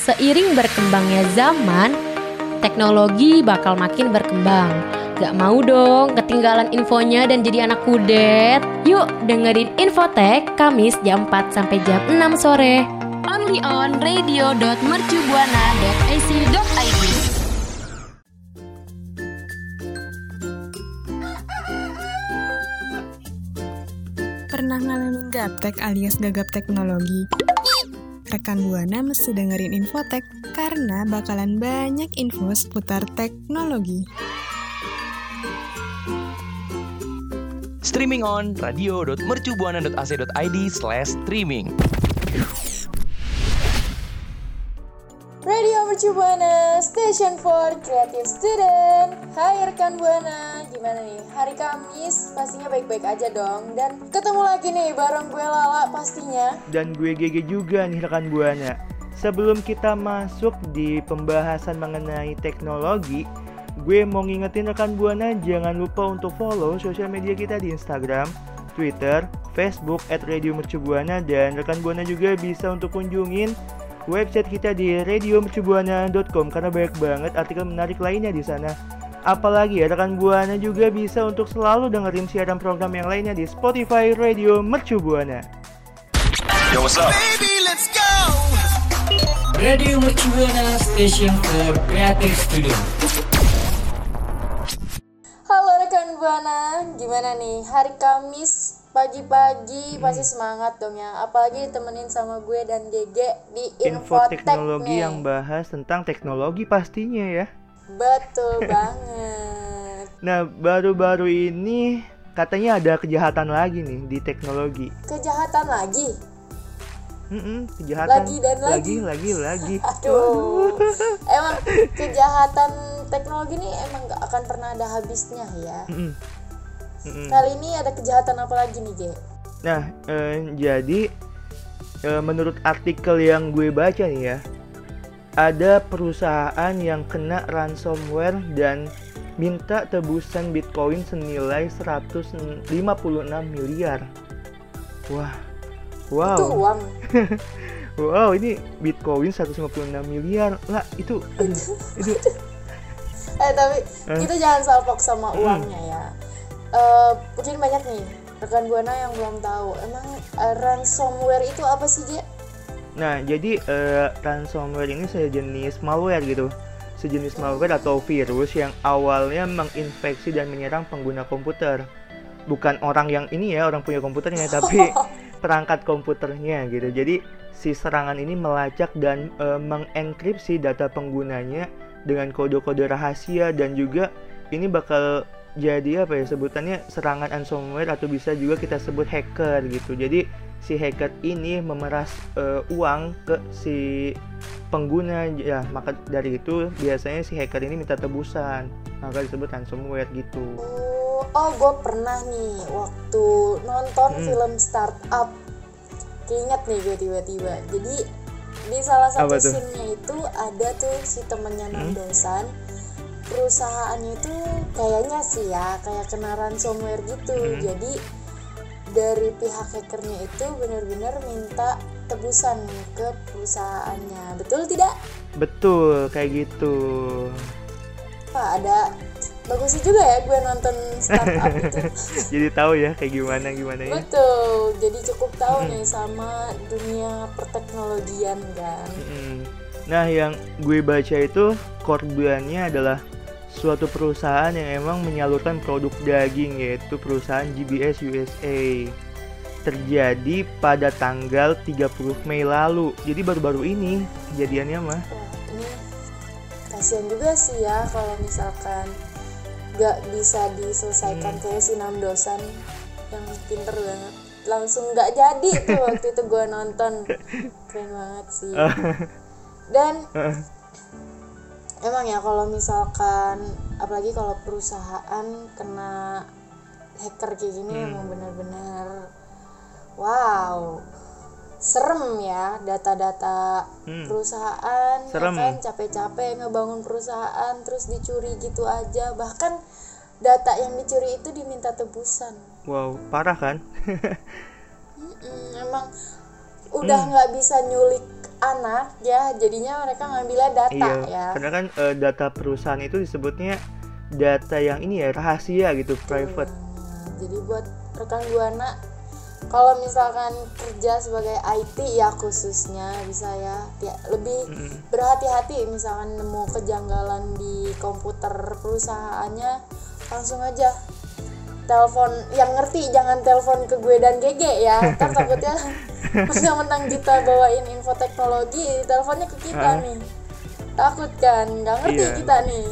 Seiring berkembangnya zaman, teknologi bakal makin berkembang. Gak mau dong ketinggalan infonya dan jadi anak kudet. Yuk dengerin Infotek Kamis jam 4 sampai jam 6 sore. Only on radio.mercubuana.ac.id. Pernah ngalamin gaptek alias gagap teknologi? Rekan Buana mesti dengerin Infotek karena bakalan banyak info seputar teknologi. Streaming on radio.mercubuana.ac.id/streaming. Radio Mercu Buana, Station for Creative Student. Hai rekan Buana, gimana nih? Hari Kamis pastinya baik-baik aja dong. Dan ketemu lagi nih bareng gue Lala pastinya. Dan gue Gege juga nih rekan Buana. Sebelum kita masuk di pembahasan mengenai teknologi, gue mau ngingetin rekan Buana jangan lupa untuk follow sosial media kita di Instagram, Twitter, Facebook @radiomercubuana, dan rekan Buana juga bisa untuk kunjungin website kita di radiomercubuana.com karena banyak banget artikel menarik lainnya di sana. Apalagi ya rekan Buana juga bisa untuk selalu dengerin siaran program yang lainnya di Spotify Radio Mercu Buana. Yo, what's up? Baby, let's go. Radio Mercu Buana, Station for Creative Student. Halo rekan Buana, gimana nih? Hari Kamis pagi-pagi pasti semangat dong ya. Apalagi ditemenin sama gue dan Gege di Info Infotek teknologi nih. yang bahas tentang teknologi pastinya ya. Betul banget. Nah, baru-baru ini katanya ada kejahatan lagi nih di teknologi. Kejahatan lagi? Kejahatan Lagi dan lagi. lagi. Aduh, emang kejahatan teknologi ini emang gak akan pernah ada habisnya ya. Kali ini ada kejahatan apa lagi nih, Ge? Nah, jadi menurut artikel yang gue baca nih ya, ada perusahaan yang kena ransomware dan minta tebusan Bitcoin senilai 156 miliar. Wow. Itu uang. Wow, ini Bitcoin 156 miliar lah, itu Tapi kita jangan salpok sama uangnya ya. Mungkin banyak nih rekan Buana yang belum tahu. Emang ransomware itu apa sih, Ge? Nah, jadi ransomware ini sejenis malware gitu. Sejenis malware atau virus yang awalnya menginfeksi dan menyerang pengguna komputer. Bukan orang yang ini ya, orang punya komputernya, tapi perangkat komputernya gitu. Jadi si serangan ini melacak dan mengenkripsi data penggunanya dengan kode-kode rahasia, dan juga ini bakal jadi apa ya sebutannya, serangan ransomware atau bisa juga kita sebut hacker gitu. Jadi si hacker ini memeras uang ke si pengguna ya, maka dari itu biasanya si hacker ini minta tebusan, maka disebut ransomware gitu. Oh, gue pernah nih waktu nonton film startup, keinget nih gue tiba-tiba. Jadi di salah satu scene-nya itu ada tuh si temennya Nandosan. Perusahaannya itu kayaknya sih ya kayak kena ransomware gitu. Jadi dari pihak hackernya itu benar-benar minta tebusan ke perusahaannya. Betul tidak? Betul, kayak gitu. Wah, ada bagusnya juga ya gue nonton startup itu. Jadi tahu ya kayak gimana ya. Betul, jadi cukup tahu nih sama dunia perteknologian kan. Nah, yang gue baca itu korbannya adalah suatu perusahaan yang emang menyalurkan produk daging, yaitu perusahaan GBS USA. Terjadi pada tanggal 30 Mei lalu. Jadi baru-baru ini kejadiannya mah. Wah, ini kasihan juga sih ya kalau misalkan gak bisa diselesaikan kayak si Nandosan yang pinter banget. Langsung gak jadi tuh waktu itu gue nonton. Keren banget sih. Dan emang ya kalau misalkan apalagi kalau perusahaan kena hacker kayak gini emang benar-benar wow, serem ya. Data-data perusahaan serem. ya kan, capek-capek ngebangun perusahaan terus dicuri gitu aja. Bahkan data yang dicuri itu diminta tebusan. Wow, parah kan? Emang udah nggak bisa nyulik anak ya, jadinya mereka ngambilnya data Iya, ya. karena kan data perusahaan itu disebutnya data yang ini ya, rahasia gitu, private. Jadi buat rekan Buana, kalau misalkan kerja sebagai IT ya khususnya bisa ya lebih berhati-hati, misalkan nemu kejanggalan di komputer perusahaannya, langsung aja telepon yang ngerti, jangan telepon ke gue dan GG ya, kan takutnya mentang-mentang kita bawain info teknologi, teleponnya ke kita nih, takut kan, nggak ngerti Iya. kita nih.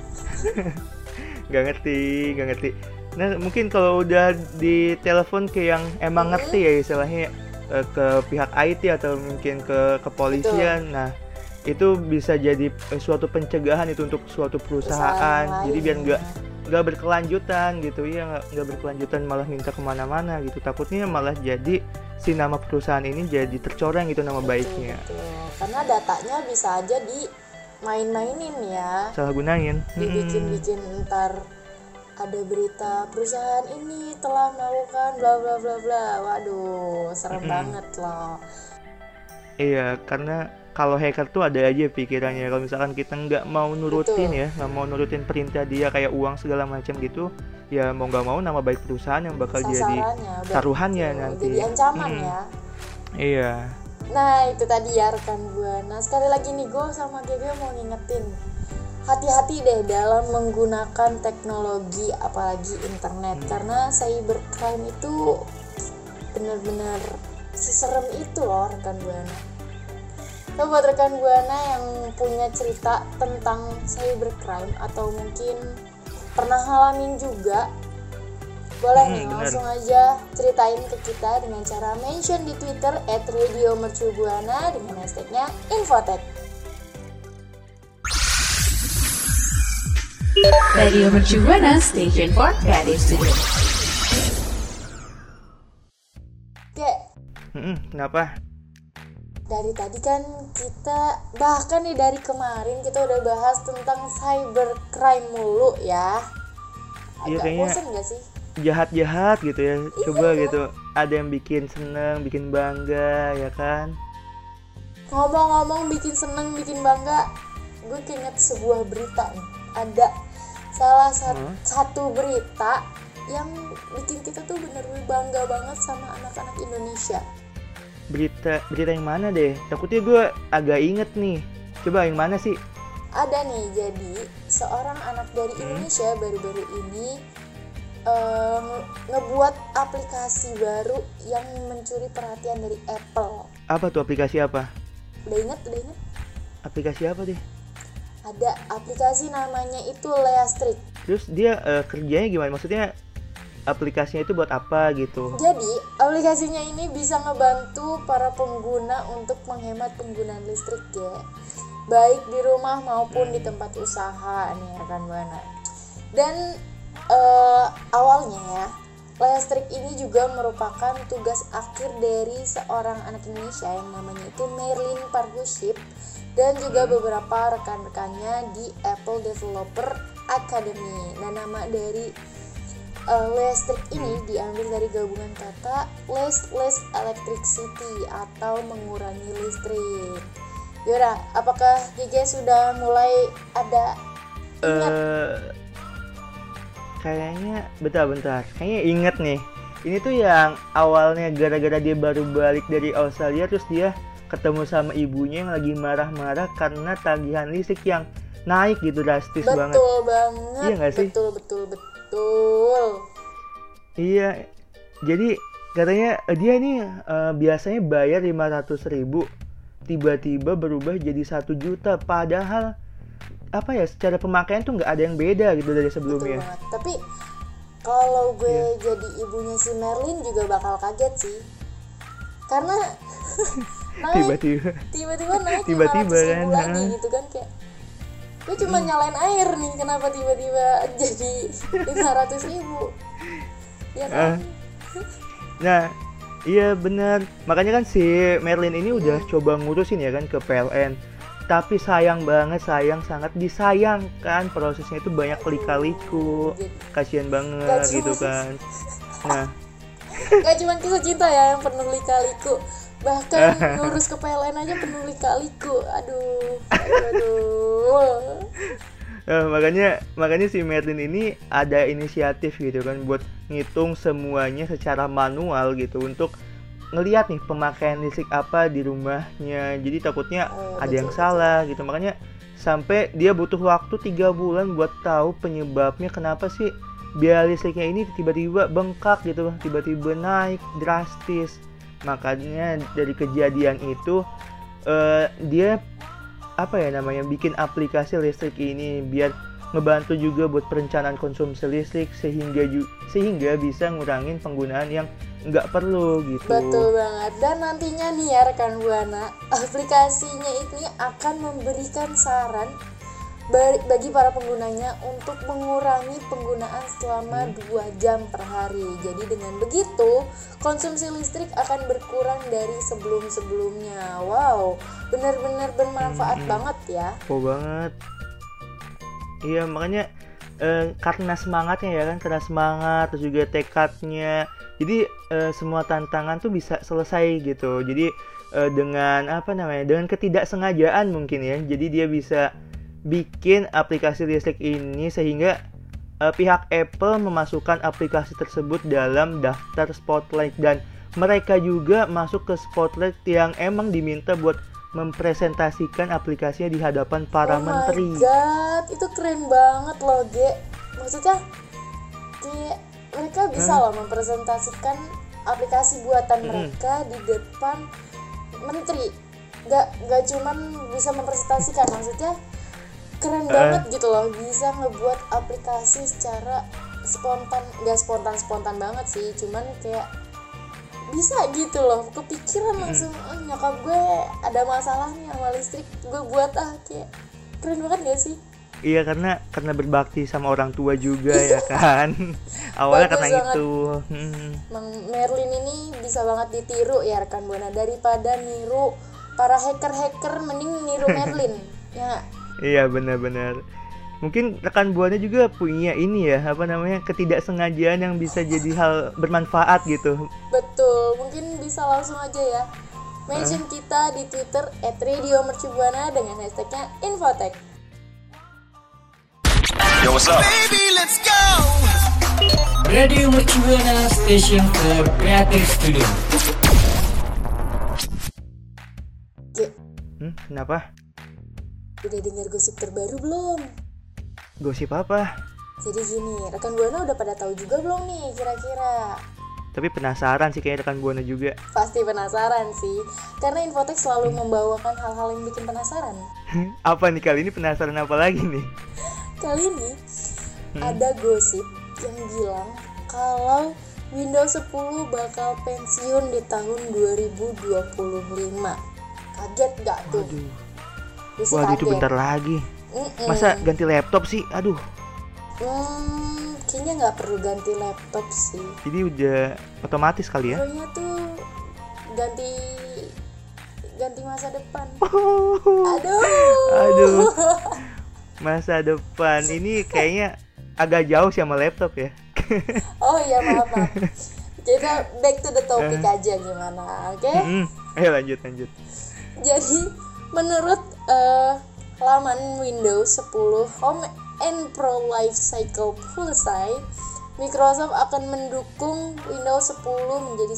Nggak ngerti. Nah, mungkin kalau udah ditelepon ke yang emang ngerti ya istilahnya, ke pihak IT atau mungkin ke kepolisian. Nah, itu bisa jadi suatu pencegahan itu untuk suatu perusahaan. Perusahaan Jadi biar lain, nggak berkelanjutan gitu ya, nggak berkelanjutan malah minta kemana-mana gitu. Takutnya malah jadi si nama perusahaan ini jadi tercoreng gitu nama baiknya. Betul. Karena datanya bisa aja dimain-mainin ya, Salah gunain. dibikin ntar ada berita perusahaan ini telah melakukan bla bla bla bla. Waduh, serem banget loh. Iya, karena kalau hacker tuh ada aja pikirannya. Kalau misalkan kita nggak mau nurutin Betul. ya, nggak mau nurutin perintah dia kayak uang segala macam gitu, ya mau nggak mau nama baik perusahaan yang bakal jadi Sasarannya, taruhannya betul. nanti. Jadi ancaman ya. Iya. Nah itu tadi ya rekan Buana. Sekali lagi nih gue sama Gege mau ngingetin, hati-hati deh dalam menggunakan teknologi apalagi internet, karena cybercrime itu benar-benar seserem itu loh rekan Buana. So, buat rekan Buana yang punya cerita tentang cybercrime atau mungkin pernah ngalamin juga, boleh nih bener. langsung aja ceritain ke kita dengan cara mention di Twitter @radiomercubuana dengan hashtagnya Infotech. Radio Mercu Buana, Station for Creative Studio. Oke, Kenapa? dari tadi kan kita, bahkan nih dari kemarin kita udah bahas tentang cybercrime mulu ya. Iya, Agak kayaknya bosen gak sih? Jahat-jahat gitu ya. Coba gitu. Ada yang bikin seneng, bikin bangga, ya kan? Ngomong-ngomong bikin seneng, bikin bangga, gue keinget sebuah berita nih. Ada salah satu berita yang bikin kita tuh bener-bener bangga banget sama anak-anak Indonesia. Berita yang mana deh? Takutnya gue agak inget nih. Coba yang mana sih? Ada nih, jadi seorang anak dari Indonesia baru-baru ini ngebuat aplikasi baru yang mencuri perhatian dari Apple. Apa tuh aplikasi apa? Udah inget? Aplikasi apa deh? Ada aplikasi namanya itu Leastrik. Terus dia kerjanya gimana? Maksudnya aplikasinya itu buat apa gitu? Jadi aplikasinya ini bisa ngebantu para pengguna untuk menghemat penggunaan listrik ya, baik di rumah maupun di tempat usaha nih rekan Buana. Dan awalnya ya, Leastrik ini juga merupakan tugas akhir dari seorang anak Indonesia yang namanya itu Merlin Parhuship dan juga beberapa rekan-rekannya di Apple Developer Academy. Nah, nama dari Leastrik ini diambil dari gabungan kata less electricity atau mengurangi listrik. Yora, apakah GG sudah mulai ada ingat? Kayaknya bentar. Kayaknya inget nih. Ini tuh yang awalnya gara-gara dia baru balik dari Australia, terus dia ketemu sama ibunya yang lagi marah-marah karena tagihan listrik yang naik gitu drastis banget. Betul banget. Iya nggak sih? Betul. Iya. Jadi katanya dia nih biasanya bayar 500.000, tiba-tiba berubah jadi 1 juta. Padahal apa ya, secara pemakaian tuh nggak ada yang beda gitu dari Betul sebelumnya. banget. Tapi kalau gue jadi ibunya si Merlin juga bakal kaget sih. Karena naik, tiba-tiba naik Tiba-tiba 500.000 kan, lagi gitu kan, kayak gue cuma nyalain air nih, kenapa tiba-tiba jadi 500.000? Ya kan? Nah, iya benar. Makanya kan si Merlin ini udah coba ngurusin ya kan ke PLN. Tapi sayang sangat disayangkan, prosesnya itu banyak lika-liku. Kasian banget gitu kan. Nah, Gak cuma kisah cinta ya yang penuh lika-liku, Bahkan ngurus ke PLN aja penuh lika-liku. Aduh. Makanya si Merlin ini ada inisiatif gitu kan buat ngitung semuanya secara manual gitu untuk ngelihat nih pemakaian listrik apa di rumahnya. Jadi takutnya ada yang salah gitu. Makanya sampai dia butuh waktu 3 bulan buat tahu penyebabnya kenapa sih biaya listriknya ini tiba-tiba bengkak gitu, tiba-tiba naik drastis. Makanya dari kejadian itu dia bikin aplikasi listrik ini biar ngebantu juga buat perencanaan konsumsi listrik sehingga bisa ngurangin penggunaan yang nggak perlu gitu. Betul banget. Dan nantinya nih ya rekan Buana, aplikasinya ini akan memberikan saran bagi para penggunanya untuk mengurangi penggunaan selama 2 jam per hari. Jadi dengan begitu konsumsi listrik akan berkurang dari sebelum-sebelumnya. Wow, benar-benar bermanfaat banget ya. Oh banget. Iya, makanya karena semangatnya ya kan, karena semangat terus juga tekadnya. Jadi semua tantangan tuh bisa selesai gitu. Jadi dengan dengan ketidaksengajaan mungkin ya. Jadi dia bisa bikin aplikasi listrik ini sehingga pihak Apple memasukkan aplikasi tersebut dalam daftar spotlight dan mereka juga masuk ke spotlight yang emang diminta buat mempresentasikan aplikasinya di hadapan para menteri. Oh my god, itu keren banget loh, Ge. Maksudnya kayak mereka bisa loh mempresentasikan aplikasi buatan mereka di depan menteri. Gak cuman bisa mempresentasikan, maksudnya keren banget gitu loh, bisa ngebuat aplikasi secara spontan. Gak spontan banget sih, cuman kayak bisa gitu loh, kepikiran langsung, nyokap gue ada masalah nih sama listrik, gue buat kayak keren banget gak sih? Iya, karena berbakti sama orang tua juga ya kan. Awalnya karena itu. Mang Merlin ini bisa banget ditiru ya rekan Buana, daripada niru para hacker mending niru Merlin. Ya. Iya, benar-benar. Mungkin rekan Buana juga punya ini ya, ketidaksengajaan yang bisa jadi hal bermanfaat gitu. Betul, mungkin bisa langsung aja ya mention kita di Twitter @radiomercubuana dengan hashtagnya Infotech. Yo, what's up? Radio Mercubuana Station for Creative Studio. Kenapa? Udah dengar gosip terbaru belum? Gosip apa? Jadi gini, rekan Buana udah pada tahu juga belum nih kira-kira? Tapi penasaran sih kayak rekan Buana juga. Pasti penasaran sih, karena Infotech selalu membawakan hal-hal yang bikin penasaran. Apa nih kali ini, penasaran apa lagi nih? Kali ini ada gosip yang bilang kalau Windows 10 bakal pensiun di tahun 2025. Kaget gak tuh? Aduh. Wah, itu bentar lagi. Masa ganti laptop sih? Aduh. Kayaknya nggak perlu ganti laptop sih. Jadi udah otomatis kali ya? Pokoknya tuh ganti masa depan. Aduh. Masa depan ini kayaknya agak jauh sih sama laptop ya. Oh iya, maaf. Kita back to the topic aja gimana, oke? Ayo lanjut. Jadi menurut laman Windows 10 Home and Pro Life Cycle Pulsai, Microsoft akan mendukung Windows 10 menjadi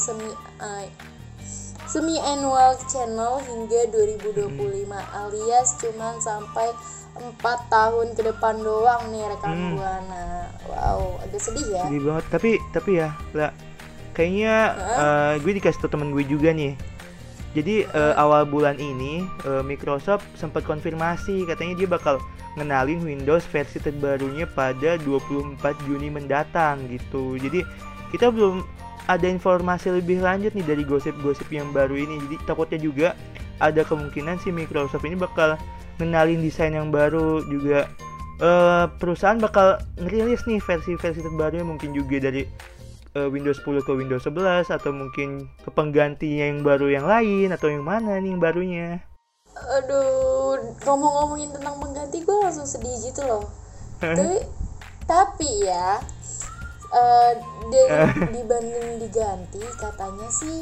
semi-annual channel hingga 2025 alias cuman sampai 4 tahun ke depan doang nih rekan Buana. Wow, agak sedih ya. Sedih banget, tapi ya lah, kayaknya gue dikasih tau temen gue juga nih. Jadi awal bulan ini Microsoft sempat konfirmasi katanya dia bakal ngenalin Windows versi terbarunya pada 24 Juni mendatang gitu. Jadi kita belum ada informasi lebih lanjut nih dari gosip-gosip yang baru ini. Jadi takutnya juga ada kemungkinan si Microsoft ini bakal ngenalin desain yang baru juga. Perusahaan bakal ngerilis nih versi-versi terbarunya, mungkin juga dari Windows 10 ke Windows 11 atau mungkin ke penggantinya yang baru yang lain, atau yang mana nih yang barunya. Aduh, ngomongin tentang pengganti gue langsung sedih gitu loh. Tapi ya dibanding diganti, katanya sih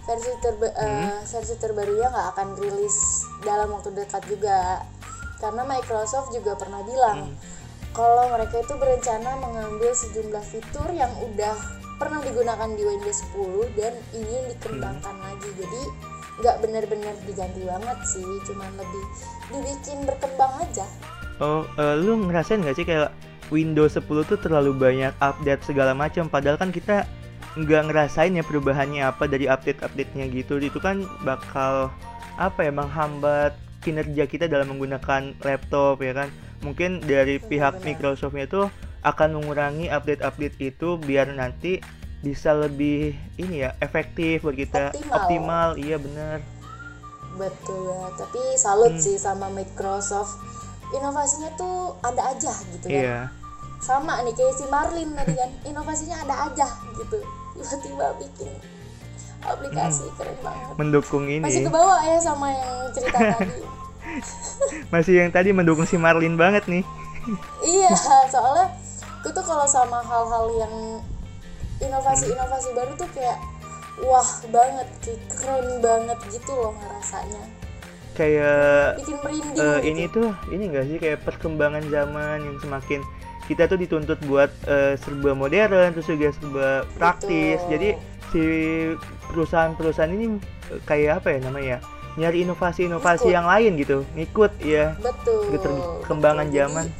versi terbarunya nggak akan rilis dalam waktu dekat juga, karena Microsoft juga pernah bilang kalau mereka itu berencana mengambil sejumlah fitur yang udah pernah digunakan di Windows 10 dan ingin dikembangkan lagi. Jadi nggak benar-benar diganti banget sih, cuman lebih dibikin berkembang aja. Lu ngerasain nggak sih kayak Windows 10 tuh terlalu banyak update segala macam, padahal kan kita nggak ngerasain ya perubahannya apa dari update-update-nya gitu. Itu kan bakal menghambat kinerja kita dalam menggunakan laptop ya kan. Mungkin dari pihak Microsoft-nya tuh akan mengurangi update-update itu biar nanti bisa lebih efektif buat kita, optimal. Iya benar. Betul ya, tapi salut sih sama Microsoft, inovasinya tuh ada aja gitu kan. Iya. Sama nih kayak si Marlin tadi kan, inovasinya ada aja gitu, tiba-tiba bikin aplikasi keren banget. Mendukung ini. Masih kebawa ya sama yang cerita tadi. Masih yang tadi mendukung si Marlin banget nih. Iya, soalnya gue tuh kalau sama hal-hal yang inovasi-inovasi baru tuh kayak wah banget, kayak keren banget gitu loh ngerasanya. Kayak bikin merinding gitu. Ini tuh nggak sih kayak perkembangan zaman yang semakin kita tuh dituntut buat serba modern, terus juga serba praktis. Betul. Jadi si perusahaan-perusahaan ini kayak nyari inovasi-inovasi yang lain gitu, ngikut ya. Betul. Perkembangan zaman.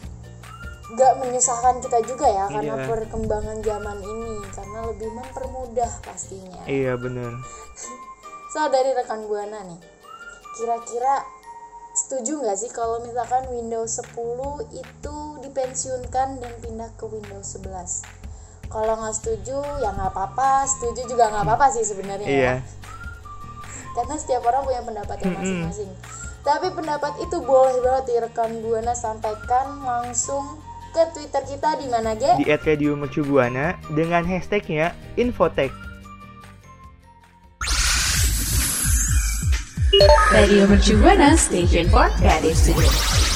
Gak menyusahkan kita juga ya karena perkembangan zaman ini, karena lebih mempermudah pastinya. Iya benar. So dari rekan Buana nih, kira-kira setuju nggak sih kalau misalkan Windows 10 itu dipensiunkan dan pindah ke Windows 11? Kalau nggak setuju ya nggak apa-apa, setuju juga nggak apa-apa sih sebenarnya. Iya. Ya. Karena setiap orang punya pendapatnya masing-masing. Tapi pendapat itu boleh banget di rekan Buana sampaikan langsung ke Twitter kita di mana, Ge? Di @radiomercubuana dengan hashtagnya Infotech. Radio Mercu Buana, Station for Creative Studio.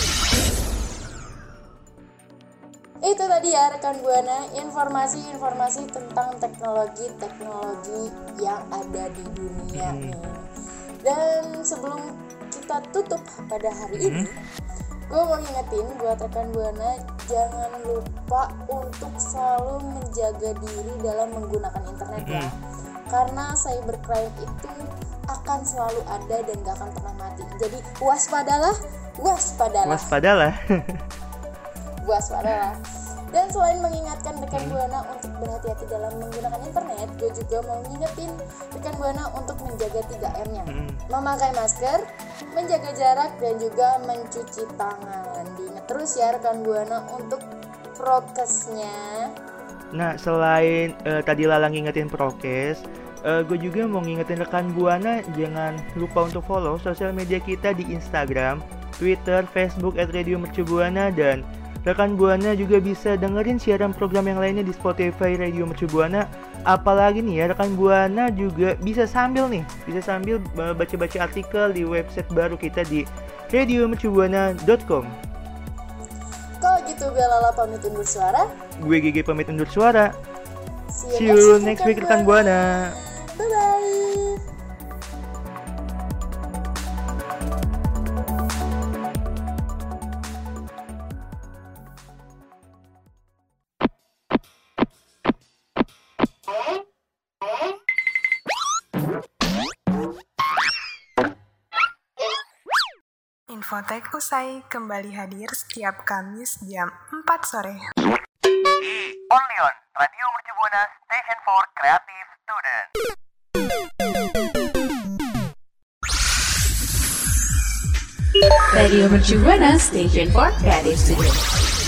Itu tadi ya rekan Buana, informasi-informasi tentang teknologi yang ada di dunia nih. Dan sebelum kita tutup pada hari ini, gue mau ngingetin buat rekan Buana, jangan lupa untuk selalu menjaga diri dalam menggunakan internet ya. Karena cybercrime itu akan selalu ada dan gak akan pernah mati. Jadi waspadalah. Dan selain mengingatkan rekan Buana untuk berhati-hati dalam menggunakan internet, gue juga mau ngingetin rekan Buana untuk menjaga 3M-nya. Memakai masker, menjaga jarak, dan juga mencuci tangan. Diingat terus ya rekan Buana untuk prokesnya. Nah, selain tadi Lala ngingetin prokes, gue juga mau ngingetin rekan Buana jangan lupa untuk follow sosial media kita di Instagram, Twitter, Facebook @radiomercubuana, dan rekan Buana juga bisa dengerin siaran program yang lainnya di Spotify Radio Mercu Buana. Apalagi nih ya, rekan Buana juga bisa sambil baca-baca artikel di website baru kita di radiomercubuana.com. Kalau gitu gue Lala pamit undur suara. Gue GG pamit undur suara. See you next week rekan Buana. Bye-bye. Infotech usai kembali hadir setiap Kamis jam 4 sore. Only on Radio Mercu Buana, Station for Creative Student. Radio Mercu Buana, Station for Creative Studio.